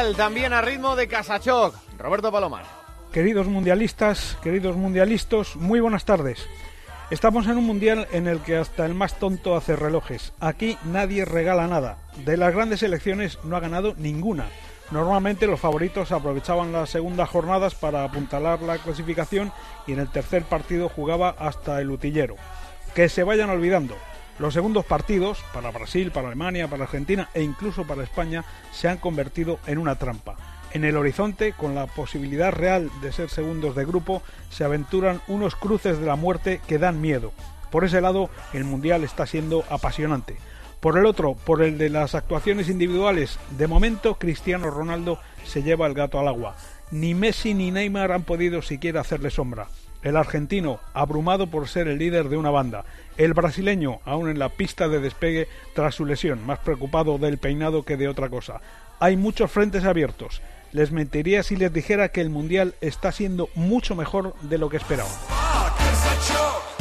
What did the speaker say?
Mundial, también a ritmo de Casachoc. Roberto Palomar. Queridos mundialistas, queridos mundialistas, muy buenas tardes. Estamos en un mundial en el que hasta el más tonto hace relojes. Aquí nadie regala nada. De las grandes selecciones no ha ganado ninguna. Normalmente los favoritos aprovechaban las segundas jornadas para apuntalar la clasificación y en el tercer partido jugaba hasta el utillero. Que se vayan olvidando. Los segundos partidos, para Brasil, para Alemania, para Argentina e incluso para España, se han convertido en una trampa. En el horizonte, con la posibilidad real de ser segundos de grupo, se aventuran unos cruces de la muerte que dan miedo. Por ese lado, el Mundial está siendo apasionante. Por el otro, por el de las actuaciones individuales, de momento Cristiano Ronaldo se lleva el gato al agua. Ni Messi ni Neymar han podido siquiera hacerle sombra. El argentino, abrumado por ser el líder de una banda. El brasileño, aún en la pista de despegue tras su lesión, más preocupado del peinado que de otra cosa. Hay muchos frentes abiertos. Les mentiría si les dijera que el Mundial está siendo mucho mejor de lo que esperaban.